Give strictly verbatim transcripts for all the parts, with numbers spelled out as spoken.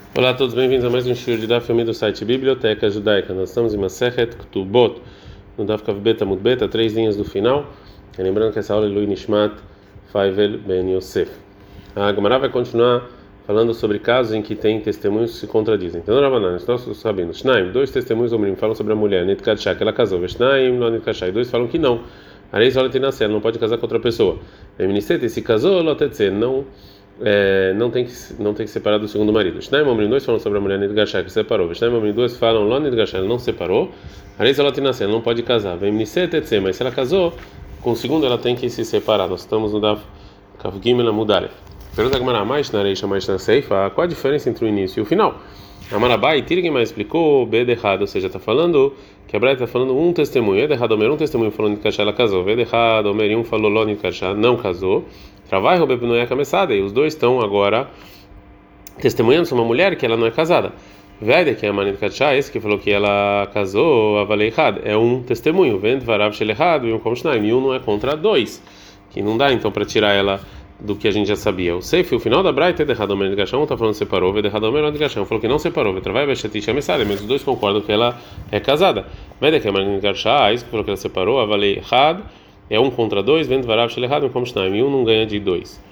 Olá a todos, bem-vindos a mais um shiur de Daf Yomi do site Biblioteca Judaica. Nós estamos em Masechet Ketubot, no Daf Kav Bet Amud Bet, a três linhas do final. E lembrando que essa aula é Lui Nishmat Faivel Ben Yosef. A Gemara vai continuar falando sobre casos em que tem testemunhos que se contradizem. Então, Rabanan, nós sabemos, Shnaim, dois testemunhos homens falam sobre a mulher, Nitkatsha, que ela casou, Veshnaim, não Nitkatsha, e dois falam que não. Areis Olatinasser, ela não pode casar com outra pessoa. Eminisete, se casou, Lotetse, não. É, não tem que não tem que separar do segundo marido. Shnaim Omrim, dois falam sobre a mulher Nidgashá que separou. Shnaim Omrim, dois falam Lo Nidgashá, ela não separou. Areis ela tem nascido, ela não pode casar. Vem Mnisset etc. Mas se ela casou com o segundo, ela tem que se separar. Nós estamos no Daf Kav Gimel Amud Aleph. Pergunta a Gemara, mais na Reisha, mais na Seifa, qual a diferença entre o início e o final? A Marabai, Tirgem mais explicou Bed errado, ou seja, está falando que a Braita está falando um testemunho. Ed errado, Omer, um testemunho falou Nidgashá, ela casou. Ved errado, Omer, um falou Lo Nidgashá, não casou. Travai Robeb não é começada e os dois estão agora testemunhando sobre uma mulher que ela não é casada. Vede que é a Manit Katchá, esse que falou que ela casou, a Valeihad, é um testemunho. Vende Varav Shelehad e um Komshnaim, e um não é contra dois, que não dá então para tirar ela do que a gente já sabia. O Seif, o final da Braita é de errado, Manit Katchá, um está falando que separou, Vede errado, Manit Katchá, falou que não separou. Vede Travai Beshetit Shamesada, mas os dois concordam que ela é casada. Vede que é a Manit Katchá, esse que falou que ela separou, a Valeihad. É um contra dois, vendo Varav Shelehad, um como Shnaim, e um não ganha de dois.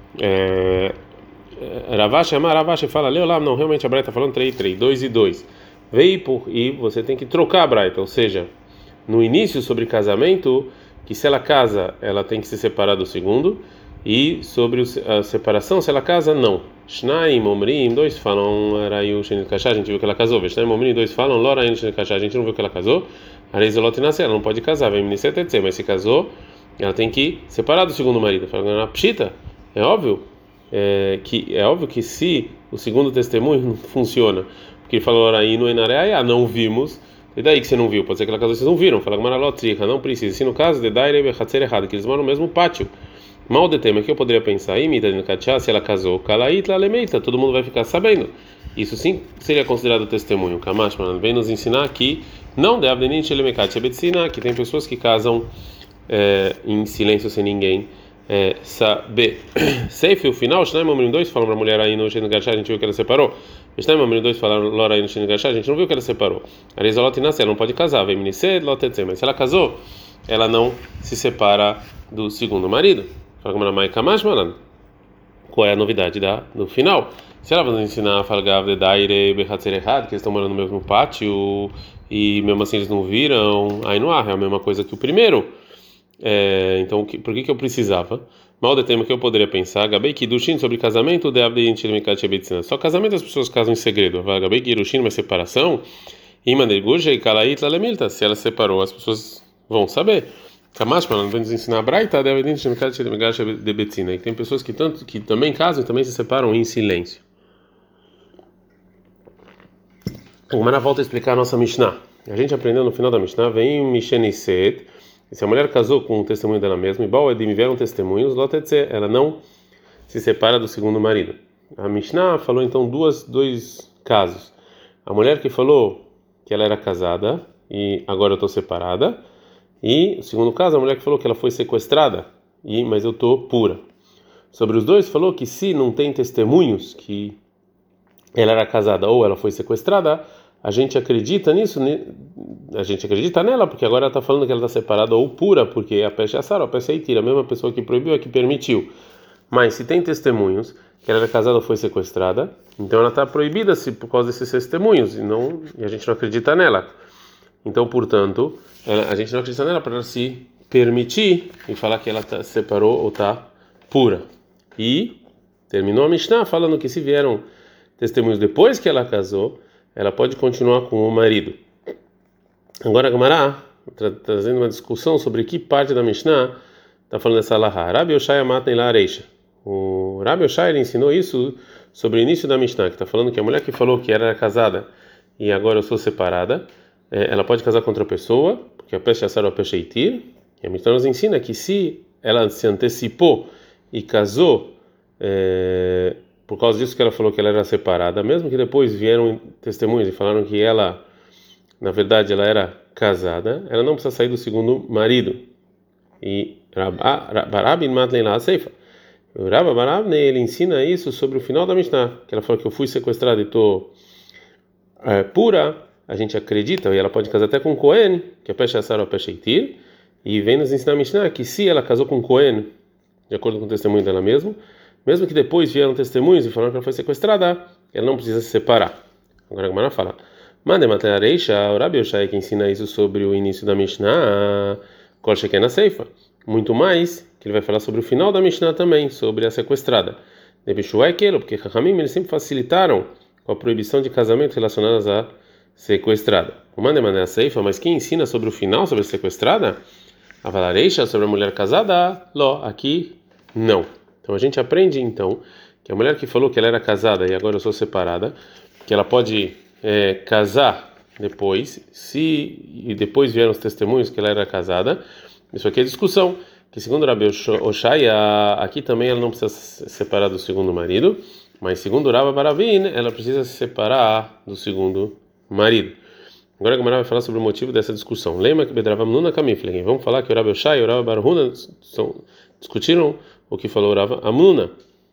Ravashi Amar, Ravashi fala, Leolam, não, realmente a Braita está falando três, três, dois e dois. Veio por, e você tem que trocar a Braita, ou seja, no início sobre casamento, que se ela casa, ela tem que se separar do segundo, e sobre a separação, se ela casa, não. Shnaim, Omrim, dois falam, Arayu, Shenit Kashá, a gente viu que ela casou. Shnaim, Omrim, dois falam, Lorain, Shenit Kashá, a gente não viu que ela casou. Areizolot nascer, ela não pode casar, vem Mnisset etc. Mas se casou, ela tem que separar do segundo marido. Fala, pshita, é óbvio, é, que, é óbvio que se o segundo testemunho não funciona, porque ele falou, Araí, no Enareia, não vimos, e daí que você não viu? Pode ser que ela casou, vocês não viram. Fala, Maralotrica, não precisa. Se no caso de Daire Bechatzer errado, que eles moram no mesmo pátio. Mal de tema que eu poderia pensar, imita de Nkatia, se ela casou, Kalaitla Lemeita, todo mundo vai ficar sabendo. Isso sim seria considerado testemunho. Kamash, mano, vem nos ensinar que não deve nem que tem pessoas que casam é, em silêncio sem ninguém é, saber. Seif, o final, Shnaim Omrim dois falam para a mulher aí no Shen Gashá, a gente viu que ela separou. Shnaim Omrim dois falaram Lora aí no Shen Gashá, a gente não viu que ela separou. Arizolot nasce, ela não pode casar, vem Minised, Lotetse, mas se ela casou, ela não se separa do segundo marido. Fala como Ramai Kamash, mano. Qual é a novidade da, do final? Se ela vai nos ensinar a Falgav de Daire Bechatzer errado, que eles estão morando no mesmo pátio e mesmo assim eles não viram, aí não há, é a mesma coisa que o primeiro. É, então, que, por que que eu precisava? Mal de tema que eu poderia pensar, Gabei Kidushin sobre casamento, de Abdei Intilimikat Shebetzina. Só casamento as pessoas casam em segredo. Gabei Kidushin, uma separação. Imanergurja e Kalait Lalemilta. Se ela separou, as pessoas vão saber. Kamash, mano, vem nos ensinar a Braita, deve identificar de Betzina. E tem pessoas que tanto que também casam e também se separam em silêncio. Agora volta a explicar a nossa Mishnah. A gente aprendeu no final da Mishnah, vem Misheniset, e se a mulher casou com o testemunho dela mesma, igual é de me vieram testemunhos, Lotetse, ela não se separa do segundo marido. A Mishnah falou então duas, dois casos. A mulher que falou que ela era casada e agora eu estou separada. E o segundo caso, a mulher que falou que ela foi sequestrada, e mas eu estou pura. Sobre os dois, falou que se não tem testemunhos que ela era casada ou ela foi sequestrada, a gente acredita nisso, a gente acredita nela, porque agora ela está falando que ela está separada ou pura, porque a pecha é assara, a pecha é itira, a mesma pessoa que proibiu é que permitiu. Mas se tem testemunhos que ela era casada ou foi sequestrada, então ela está proibida se, por causa desses testemunhos, e, não, e a gente não acredita nela. Então, portanto, ela, a gente não acredita nela para ela se permitir e falar que ela tá, se separou ou está pura. E terminou a Mishnah falando que se vieram testemunhos depois que ela casou, ela pode continuar com o marido. Agora a Gemara tra trazendo uma discussão sobre que parte da Mishnah está falando dessa Lahá. Rabi Yoshai Amatnei La Areisha. O Rabi Yoshai ele ensinou isso sobre o início da Mishnah, que está falando que a mulher que falou que era casada e agora eu sou separada, ela pode casar com outra pessoa, porque a pecha assar ou a pecha itir. E a Mishnah nos ensina que se ela se antecipou e casou, é, por causa disso que ela falou que ela era separada, mesmo que depois vieram testemunhos e falaram que ela, na verdade, ela era casada, ela não precisa sair do segundo marido. E Rabin Matlein La Seifa. O Rabba bar Avnei, ele ensina isso sobre o final da Mishnah, que ela falou que eu fui sequestrada e estou é, pura, a gente acredita, e ela pode casar até com um Cohen, que é Pesha Asar ou Pesha Itir, e vem nos ensinar a Mishnah que se ela casou com um Cohen, de acordo com o testemunho dela mesmo, mesmo que depois vieram testemunhos e falaram que ela foi sequestrada, ela não precisa se separar. Agora a Gemara fala, Mande Matleareisha, o Rabi Yoshai que ensina isso sobre o início da Mishnah, Kol Sheken Seifa, muito mais, que ele vai falar sobre o final da Mishnah também, sobre a sequestrada. Debishuá é aquilo, porque Chachamim eles sempre facilitaram com a proibição de casamento relacionadas à sequestrada. O Mande Mané Seifa, mas quem ensina sobre o final, sobre a sequestrada? A Valareisha, sobre a mulher casada, Ló, aqui não. Então a gente aprende então que a mulher que falou que ela era casada e agora eu sou separada, que ela pode é, casar depois, se e depois vieram os testemunhos que ela era casada, isso aqui é discussão, que segundo Rabi Oshai, aqui também ela não precisa se separar do segundo marido, mas segundo Rabba bar Avin, ela precisa se separar do segundo marido. Agora a Gemara vai falar sobre o motivo dessa discussão. Lembra que Bedravam Nuna Kamiflegen. Vamos falar que o Rabi Oshai e o Rabba bar Huna discutiram o que falou o Rabba Amnuna,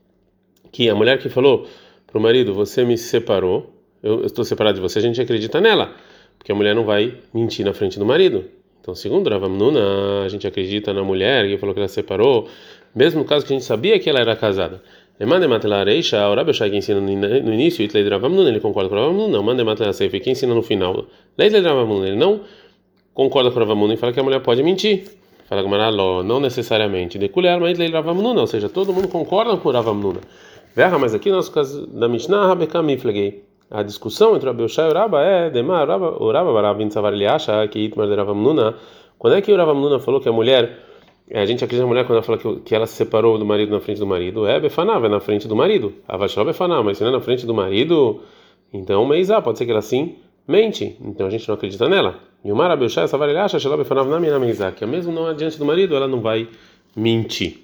que a mulher que falou para o marido, você me separou, eu estou separado de você, a gente acredita nela, porque a mulher não vai mentir na frente do marido. Então, segundo Rav Amnuna, a gente acredita na mulher que falou que ela separou, mesmo no caso que a gente sabia que ela era casada. O Rabi Oshai que ensina no início, ele concorda com o Rav Amnuna, o Mandematla Seifa que ensina no final. Ele não concorda com o Rav Amnuna e fala que a mulher pode mentir. Fala Gamaraló, não necessariamente. De colher, mas ele Rav Amnuna, ou seja, todo mundo concorda com o Rav Amnuna. Verra, mas aqui no nosso caso da Mishnah, Rabeka Miflegei. A discussão entre o Rabi Oshai e o Rabba é Demar, o Rabba bar Avin Tzavar ele acha que Itmar de Rav Amnuna. Quando é que o Rav Amnuna falou que a mulher, a gente acredita na mulher quando ela fala que, que ela se separou do marido na frente do marido? É Befaná, é na frente do marido. Avashó Befaná, mas se não é na frente do marido, então Meizá, pode ser que ela sim mente. Então a gente não acredita nela. E o Mar Rabi Oshai Tzavar ele acha Shaló Befaná na minha Meizá, que mesmo não adiante do marido, ela não vai mentir.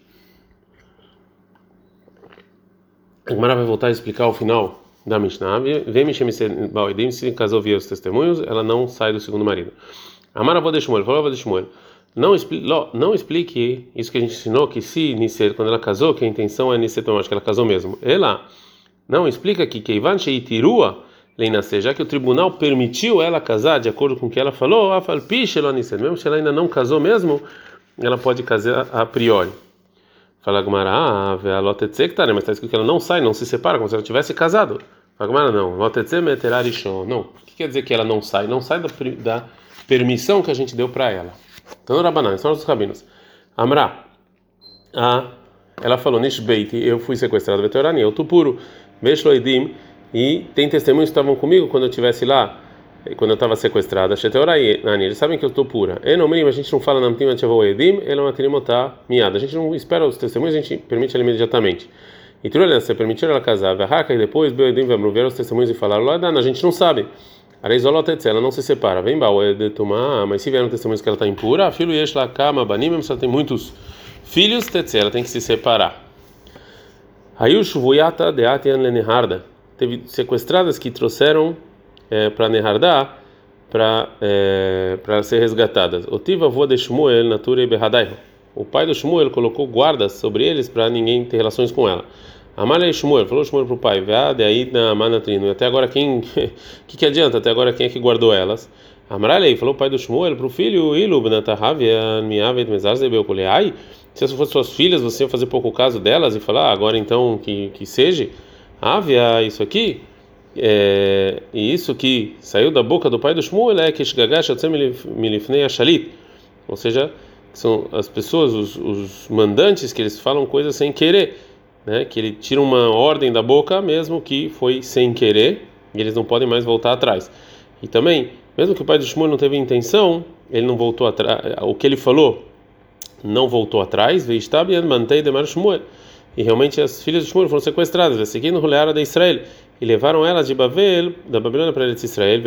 A Gemara vai voltar a explicar o final da Mishnah. Vem Mishem se casou via os testemunhos, ela não sai do segundo marido. Amar avô de Shmuel, falou avô de Shmuel. Não explique, não explique isso que a gente ensinou, que se Nisser, quando ela casou, que a intenção é Nisser, então acho que ela casou mesmo. Ela não explica que Keivan Sheitirua Leinasser, já que o tribunal permitiu ela casar de acordo com o que ela falou, Afal Pish Elo Nisser, mesmo se ela ainda não casou mesmo, ela pode casar a priori. Fala Gumara, ah, a Lotetze que tá, né? Mas está escrito que ela não sai, não se separa, como se ela tivesse casado. Fala Gumara, não. Lotetze meterarishon. Não. O que quer dizer que ela não sai? Não sai da, da permissão que a gente deu para ela. Então, no Rabanan, são os rabinos. Amra, ah, ela falou, Nishbeit, eu fui sequestrado, veterani, eu tô puro, Veshloidim, e tem testemunhos que estavam comigo quando eu estivesse lá, quando eu estava sequestrada, eles sabem que eu estou pura. A gente não fala na miada. A gente não espera os testemunhos, a gente permite ela imediatamente. E você permitiu ela casar, e depois vieram os testemunhos e falaram, a gente não sabe. Ela não se separa. Vem mas se vieram testemunhos que ela está impura, filho e lá cama, banim, mesmo se ela tem muitos filhos, ela tem que se separar. Aí o shuvuyata de atian leneharda. Teve sequestradas que trouxeram É, para Nehardá, para é, para ser resgatadas. O tiva avô de Shmuel, natura e berradai. O pai do Shmuel colocou guardas sobre eles para ninguém ter relações com ela. Amalei Shmuel, falou Shmuel para o pai, de aí na manatrino. Até agora quem, que que adianta? Até agora quem é que guardou elas? Amalei falou o pai do Shmuel para o filho, Ilu benatahavia miavet mezar zebeukuleai. Se essas fossem suas filhas, você ia fazer pouco caso delas e falar, ah, agora então que que seja, havia isso aqui. É, e isso que saiu da boca do pai do Shmuel é que ou seja, são as pessoas, os, os mandantes que eles falam coisas sem querer, né? Que ele tira uma ordem da boca mesmo que foi sem querer e eles não podem mais voltar atrás. E também, mesmo que o pai do Shmuel não teve intenção, ele não voltou atrás, o que ele falou não voltou atrás, e realmente as filhas de Shmuel foram sequestradas, seguindo o Leara de Israel, e levaram elas de Babel, da Babilônia para Eretz Israel,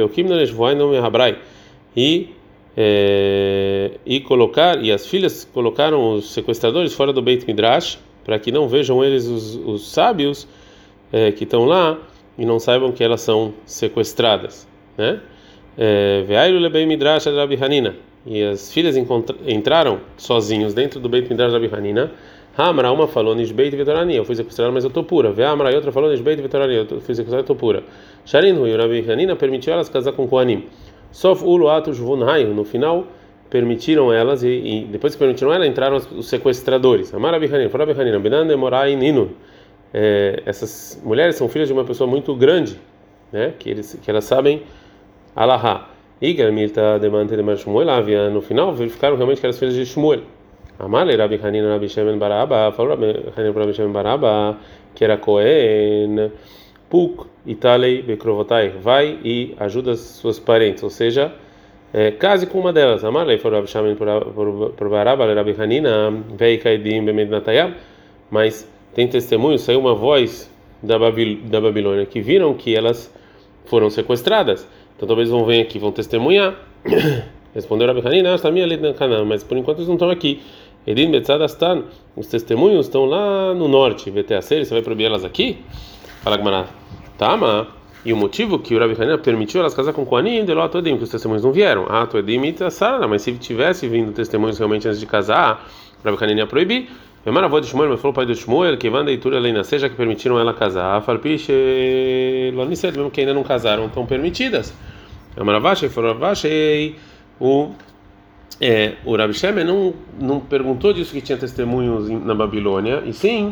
e é, e colocar e as filhas colocaram os sequestradores fora do Beit Midrash para que não vejam eles os, os sábios é, que estão lá e não saibam que elas são sequestradas, né? Ve'ailu lebei Midrash Rabi Hanina, e as filhas entraram sozinhos dentro do Beit Midrash Rabi Hanina. Hamra, uma falou Nishbeit Vetorani, eu fui sequestrada, mas eu tô pura. Vê Hamra, e outra falou Nishbeit Vetorani, eu fui sequestrada, eu tô pura. Sharin Hu e Rabi Hanina permitiu elas casar com Koanim. Sof Ulu Atus Vunhayu, no final permitiram elas e, e depois que permitiram elas entraram os, os sequestradores. Amar Rabi Hanina, Rabi Hanina, Benan Demorai Ninun. Essas mulheres são filhas de uma pessoa muito grande, né? Que eles que elas sabem Alahá. Igal Milta Demante de Shmuel Avia, no final verificaram realmente que eram as filhas de Shmuel. Amale Rabi Hanina Rabi Shemen Baraba, falou Rabi Hanina Rabi Shemen Baraba, que era Cohen, Puk Italei Bekrovotai, vai e ajuda as suas parentes, ou seja, é, case com uma delas. Amale falou Rabi Shemen por Baraba, Rabi Hanina, Vei Kaidim Bemednatayab, mas tem testemunhos, saiu uma voz da, Babil, da Babilônia que viram que elas foram sequestradas. Então talvez vão vir aqui, vão testemunhar. Respondeu Rabi Hanina, está minha lei na Canaã, mas por enquanto eles não estão aqui. Edim Betzadastan, os testemunhos estão lá no norte. V T A C, você vai proibir elas aqui? Fala Gmará. Tama. E o motivo que o Rabi Hanina permitiu elas casar com Koanim, de lá Edim, que os testemunhos não vieram. Ah, tu Edim e Sara, mas se tivesse vindo testemunhos realmente antes de casar, o Rabi Hanina ia proibir. Meu avô de Shmuel, mas falou o pai do Shmuel, que vanda leitura além nascer, já que permitiram ela casar. Falpiche, Lonisset, mesmo que ainda não casaram, estão permitidas. Amaravache, Foravachei, o é, o Rabi Shemen não não perguntou disso que tinha testemunhos na Babilônia, e sim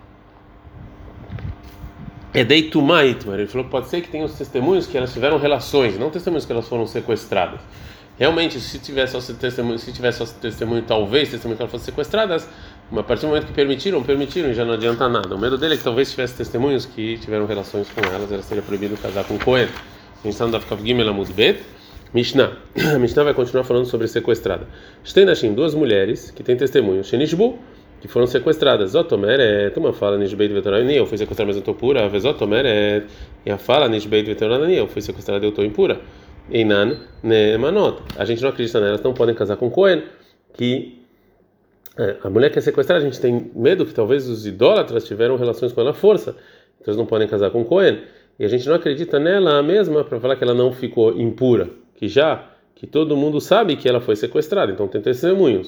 é deitumait, ele falou que pode ser que tenha os testemunhos que elas tiveram relações, não testemunhos que elas foram sequestradas. Realmente, se tivesse só testemunho, se tivesse só testemunho, talvez testemunho que elas fossem sequestradas, mas a partir do momento que permitiram, permitiram e já não adianta nada. O medo dele é que talvez tivesse testemunhos que tiveram relações com elas, ela seria proibido casar com Cohen. A gente está no Daf Kav Gimel Amud Bet. Mishnah. A Mishnah vai continuar falando sobre sequestrada. Shteinashim, duas mulheres que têm testemunhos. Shenishbu, que foram sequestradas. Zotomeret, uma fala Nishbeit Vetorani, eu fui sequestrada, mas eu estou pura. Vezotomeret, e a fala Nishbeit Vetorani, eu fui sequestrada, eu estou impura. Einan Nemanot. A gente não acredita nelas, não podem casar com Cohen, que é, a mulher que é sequestrada, a gente tem medo que talvez os idólatras tiveram relações com ela à força, então eles não podem casar com Cohen, e a gente não acredita nela mesma para falar que ela não ficou impura, que já que todo mundo sabe que ela foi sequestrada, então tem testemunhos.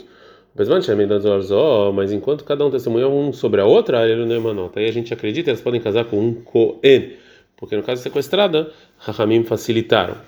Mas enquanto cada um testemunha um sobre a outra, ele não é uma nota. Aí a gente acredita, eles podem casar com um Cohen, porque no caso de sequestrada, Rahamim facilitaram.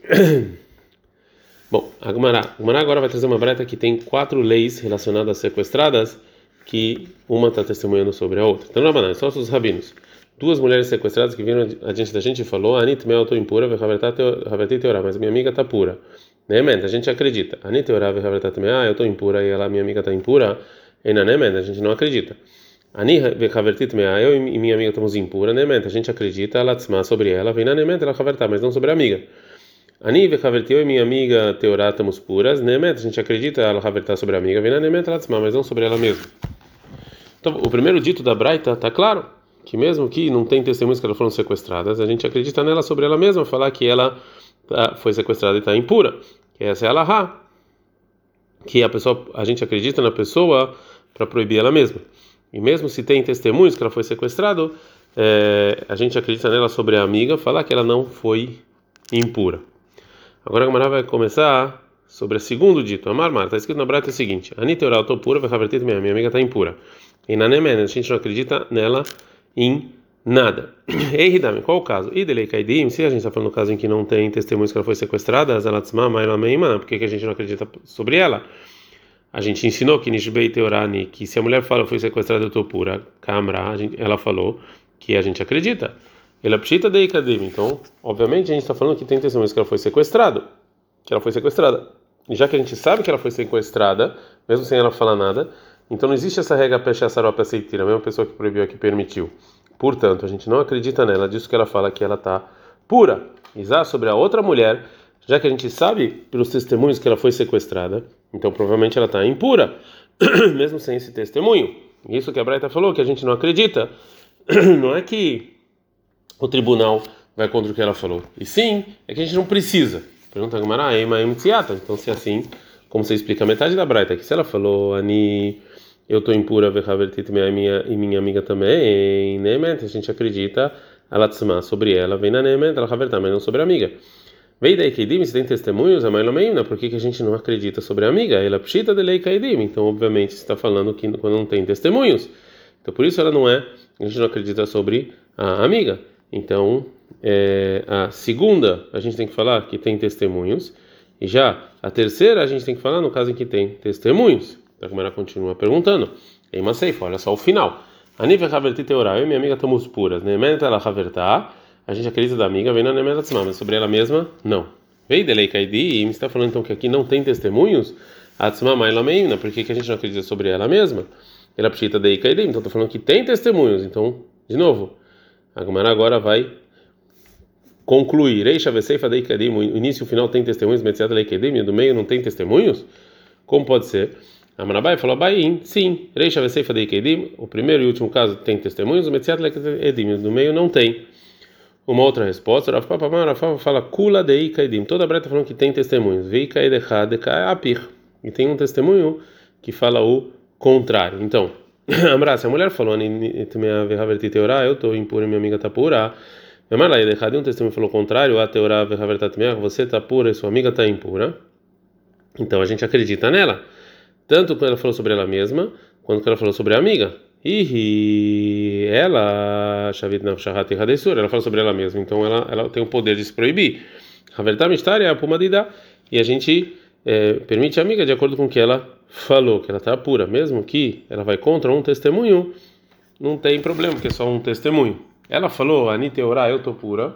Bom, a Gemara agora vai trazer uma breta que tem quatro leis relacionadas às sequestradas, que uma está testemunhando sobre a outra. Então, Rabanan, só os rabinos. Duas mulheres sequestradas que viram adiante da gente e falou: Anit meu, eu estou impura, Raverti teorá, mas minha amiga está pura. Neement, a gente acredita. Anit teorá, Raverti também, ah, eu estou impura e ela, minha amiga, está impura. Ena Neement, a gente não acredita. Ani Raverti também, ah, eu e minha amiga estamos impuras. Neement, a gente acredita. Ela tsma sobre ela, vem na Neement, ela Raverti, mas não sobre a amiga. Ani Raverti, eu e minha amiga teorá estamos puras. Neement, a gente acredita. Ela Raverti sobre a amiga, vem na Neement, ela tsma, mas não sobre ela mesma. Então, o primeiro dito da Braita está claro. Que mesmo que não tem testemunhas que elas foram sequestradas, a gente acredita nela sobre ela mesma, falar que ela foi sequestrada e está impura. Que essa é a Lahá, que a pessoa, a gente acredita na pessoa para proibir ela mesma. E mesmo se tem testemunhos que ela foi sequestrada, é, a gente acredita nela sobre a amiga, falar que ela não foi impura. Agora a Gemara vai começar sobre o segundo dito. Amar Mar, está escrito na Braita o seguinte: Anita oral, estou pura, vai Havertit, minha amiga está impura. E na Nemen, a gente não acredita nela em nada. Ei, Hidami, qual o caso? Idelei Kaidim, se a gente está falando no caso em que não tem testemunhos que ela foi sequestrada, Zalatzma, Mailameima, por que a gente não acredita sobre ela? A gente ensinou que Nishbei Teorani, que se a mulher fala foi sequestrada, eu estou pura, Kamra, ela falou que a gente acredita. Ela pshita dei Kaidim, então, obviamente, a gente está falando que tem testemunhos que ela foi sequestrada, que ela foi sequestrada. E já que a gente sabe que ela foi sequestrada, mesmo sem ela falar nada, então não existe essa regra pechasaró para aceitira, a mesma pessoa que proibiu é que permitiu. Portanto, a gente não acredita nela, disso que ela fala que ela está pura. Isá sobre a outra mulher, já que a gente sabe pelos testemunhos que ela foi sequestrada, então provavelmente ela está impura, mesmo sem esse testemunho. Isso que a Braita falou, que a gente não acredita, não é que o tribunal vai contra o que ela falou, e sim, é que a gente não precisa. Pergunta a Gemara, então se é assim, como você explica a metade da Braita, que se ela falou, Ani, eu estou impura, Vechavertit, minha minha e minha amiga também, Neement, a gente acredita, ela tsma sobre ela, vem na Neement, ela Havertá, mas não sobre a amiga. Vei daí Keidim, se tem testemunhos, a Mailomeimna, por que que a gente não acredita sobre a amiga? Ela pshita de lei Keidim, então obviamente você está falando que quando não tem testemunhos, então por isso ela não é, a gente não acredita sobre a amiga. Então, é, a segunda a gente tem que falar que tem testemunhos, e já a terceira a gente tem que falar no caso em que tem testemunhos. Então como ela continua perguntando, ei Maseifa, olha só o final. Anive Haverti Teorá, eu e minha amiga estamos puras, né? Ela Havertá. A gente acredita da amiga, vem na Nemeratzma, mas sobre ela mesma, não. Vei delei Kaidi, e me está falando então que aqui não tem testemunhos? Atzma Mailameina, por que que a gente não acredita sobre ela mesma? Ela pshita dei Kaidi, então estou falando que tem testemunhos. Então, de novo, a Gemara agora vai concluir. Reisha Veseifa dei Kaidi, o início e o final tem testemunhos, Metziat dei Kaidi, e do meio não tem testemunhos? Como pode ser? A Manabai falou, Bain, sim. Reisha Veseifa dei Kaidi, o primeiro e último caso tem testemunhos, o Metziat dei Kaidi, do meio não tem. Uma outra resposta, Rav Papa Rav fala Kula dei Kaidim. Toda a breta está falando que tem testemunhos. Vei Kaidecha deca apir. E tem um testemunho que fala o contrário. Então, Amra, se a mulher falou, eu estou impura e minha amiga está pura. Amara, um testemunho falou o contrário, a teorá você está pura e sua amiga está impura. Então a gente acredita nela. Tanto quando ela falou sobre ela mesma, quanto quando ela falou sobre a amiga. E ela, ela fala sobre ela mesma, então ela, ela tem o poder de se proibir. A verdade mistério é a pumadida, e a gente é, permite a amiga de acordo com o que ela falou, que ela está pura, mesmo que ela vai contra um testemunho, não tem problema, porque é só um testemunho. Ela falou, Aniteorá, eu estou pura.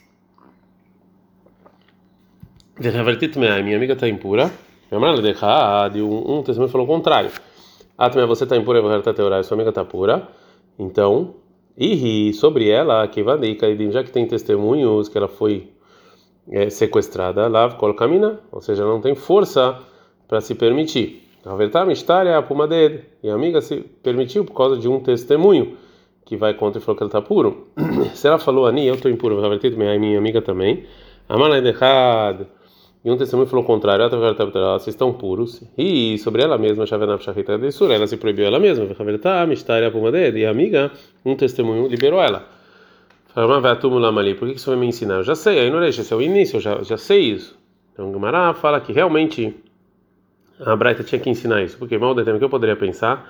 Minha amiga está impura. Um, um testemunho falou o contrário. Ah, também você está impura, e sua amiga está pura. Então, e sobre ela, que já que tem testemunhos que ela foi é, sequestrada, lá camina, ou seja, ela não tem força para se permitir. A verdade é a puma dele, e a amiga se permitiu por causa de um testemunho que vai contra e falou que ela está puro. Se ela falou, Ani, eu estou impura, a minha amiga também. A mana é errado. E um testemunho falou o contrário, vocês estão puros. E sobre ela mesma, ela se proibiu ela mesma. E a amiga, um testemunho liberou ela. Por que isso vai me ensinar? Eu já sei, aí não deixa, esse é o início, eu já, já sei isso. Então Gumará fala que realmente a Braita tinha que ensinar isso. Porque mal determinado que eu poderia pensar.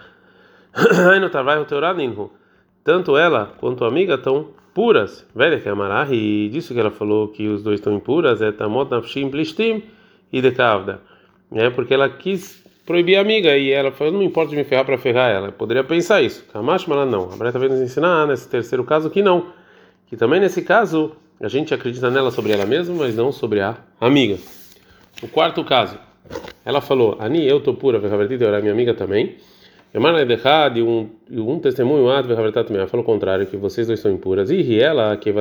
Tanto ela quanto a amiga estão puras, velha que é Amarah, e disso que ela falou que os dois estão impuras é Tamot Nafshim Plishtim e Dekavda, né? Porque ela quis proibir a amiga e ela falou, não me importa de me ferrar para ferrar ela. Eu poderia pensar isso. Kamash Malá não. A Breta veio nos ensinar nesse terceiro caso que não, que também nesse caso a gente acredita nela sobre ela mesma, mas não sobre a amiga. O quarto caso, ela falou, Ani, eu tô pura, minha amiga também. E um, um testemunho ela falou o contrário, que vocês dois são impuras. E ela, que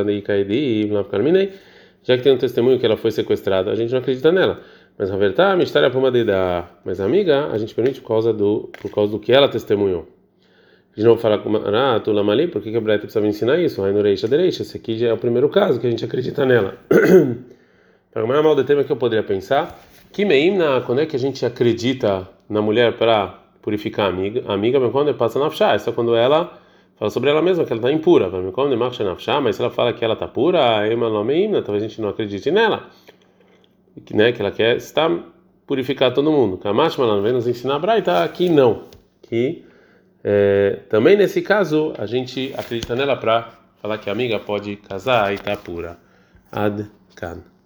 já que tem um testemunho que ela foi sequestrada, a gente não acredita nela. Mas a verdade, a mistério é uma da. Mas a amiga, a gente permite por causa do, por causa do que ela testemunhou. De novo, falar com a Tula Mali, por que a Breta precisava ensinar isso? Aí no Reisha Dereisha, esse aqui já é o primeiro caso que a gente acredita nela. Para o maior mal do tema que eu poderia pensar, que meimna, quando é que a gente acredita na mulher para purificar a amiga, a amiga, mas quando passa nafshá, é só quando ela fala sobre ela mesma que ela está impura, mas se ela fala que ela está pura, talvez a gente não acredite nela, né, que ela quer estar purificar todo mundo. Kamash Malan vem nos ensinar a Braita que não, que é, também nesse caso a gente acredita nela para falar que a amiga pode casar e está pura. Ad Kan.